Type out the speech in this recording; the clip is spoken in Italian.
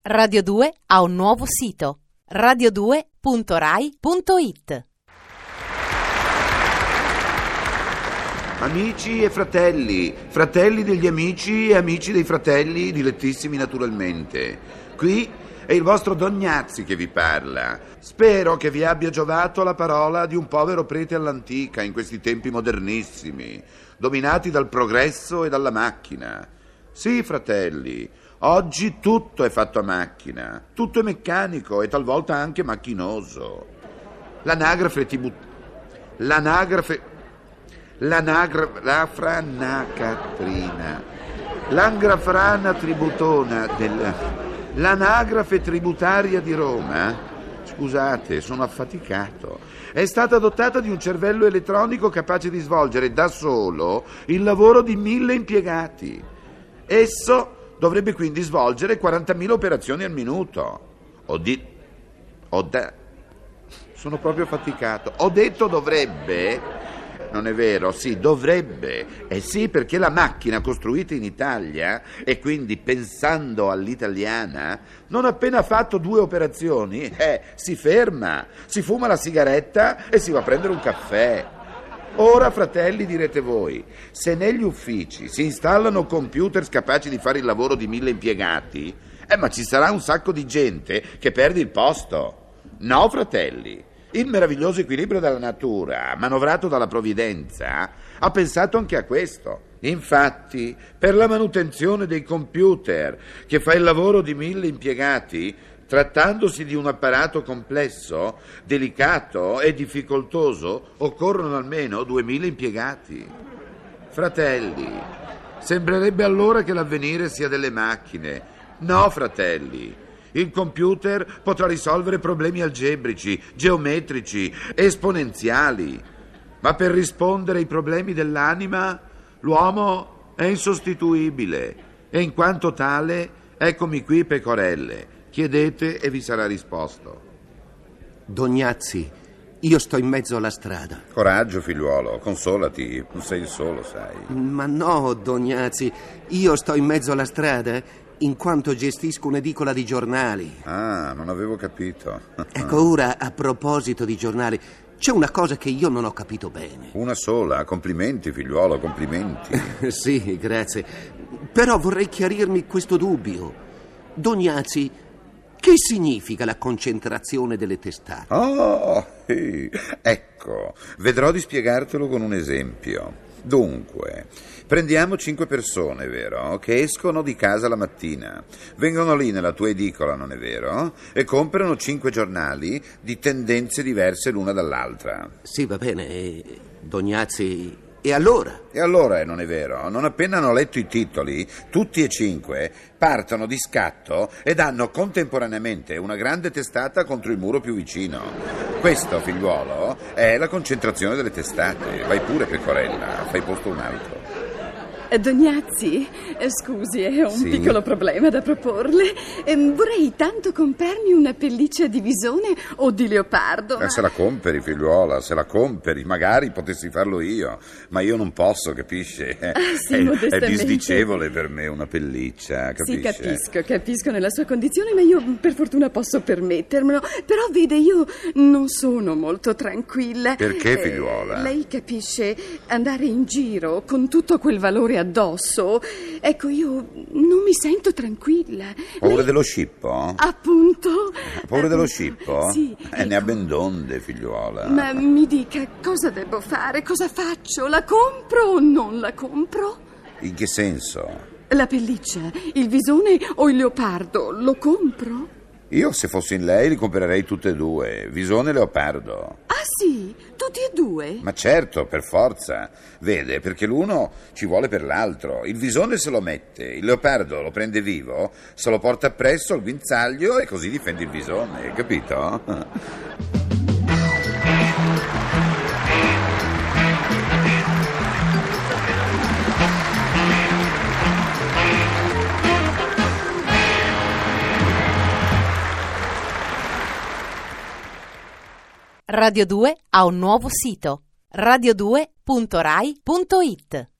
Radio 2 ha un nuovo sito: radio2.rai.it. Amici e fratelli, fratelli degli amici e amici dei fratelli, dilettissimi naturalmente. Qui è il vostro Dognazzi che vi parla. Spero che vi abbia giovato la parola di un povero prete all'antica in questi tempi modernissimi, dominati dal progresso e dalla macchina. Sì, fratelli, oggi tutto è fatto a macchina, tutto è meccanico e talvolta anche macchinoso. L'anagrafe tributaria di Roma, scusate, sono affaticato, è stata dotata di un cervello elettronico capace di svolgere da solo il lavoro di 1000 impiegati. Esso dovrebbe quindi svolgere 40.000 operazioni al minuto. Sono proprio affaticato. Ho detto dovrebbe. Non è vero? Sì, dovrebbe. Sì, perché la macchina costruita in Italia, e quindi pensando all'italiana, non appena fatto 2 operazioni, si ferma, si fuma la sigaretta e si va a prendere un caffè. Ora, fratelli, direte voi, se negli uffici si installano computer capaci di fare il lavoro di 1000 impiegati, ma ci sarà un sacco di gente che perde il posto. No, fratelli. Il meraviglioso equilibrio della natura, manovrato dalla provvidenza, ha pensato anche a questo. Infatti, per la manutenzione dei computer, che fa il lavoro di 1000 impiegati, trattandosi di un apparato complesso, delicato e difficoltoso, occorrono almeno 2000 impiegati. Fratelli, sembrerebbe allora che l'avvenire sia delle macchine. No, fratelli. Il computer potrà risolvere problemi algebrici, geometrici, esponenziali. Ma per rispondere ai problemi dell'anima, l'uomo è insostituibile. E in quanto tale, eccomi qui, pecorelle. Chiedete e vi sarà risposto. Dognazzi, io sto in mezzo alla strada. Coraggio, figliuolo, consolati, non sei il solo, sai. Ma no, Dognazzi, io sto in mezzo alla strada in quanto gestisco un'edicola di giornali. Ah, non avevo capito. Ecco, ora, a proposito di giornali, c'è una cosa che io non ho capito bene. Una sola? Complimenti, figliuolo, complimenti. Sì, grazie. Però vorrei chiarirmi questo dubbio. Dognazzi, che significa la concentrazione delle testate? Oh, ecco, vedrò di spiegartelo con un esempio. Dunque, prendiamo 5 persone, vero? Che escono di casa la mattina, vengono lì nella tua edicola, non è vero? E comprano 5 giornali di tendenze diverse l'una dall'altra. Sì, va bene, Dognazzi, e allora? E allora, non è vero? Non appena hanno letto i titoli, tutti e 5 partono di scatto e danno contemporaneamente una grande testata contro il muro più vicino. Questo, figliuolo, è la concentrazione delle testate. Vai pure, pecorella, fai posto un altro. Dognazzi, scusi, ho un piccolo problema da proporle. Vorrei tanto comprarmi una pelliccia di visone o di leopardo. Se la comperi, figliuola, se la comperi. Magari potessi farlo io, ma io non posso, capisce? Sì, è disdicevole per me una pelliccia, capisce? Sì, capisco nella sua condizione, ma io per fortuna posso permettermelo. Però vede, io non sono molto tranquilla. Perché, figliuola? Lei capisce, andare in giro con tutto quel valore addosso, ecco, io non mi sento tranquilla. Paura dello scippo? Appunto. Paura dello scippo? Sì. Ne ha ben donde, figliuola. Ma mi dica, cosa devo fare? Cosa faccio? La compro o non la compro? In che senso? La pelliccia, il visone o il leopardo, lo compro? Io, se fossi in lei, li comprerei tutte e 2, visone e leopardo. Ah sì? Tutti e 2? Ma certo, per forza. Vede, perché l'uno ci vuole per l'altro. Il visone se lo mette, il leopardo lo prende vivo, se lo porta appresso al guinzaglio e così difende il visone, capito? Radio 2 ha un nuovo sito: radio2.rai.it.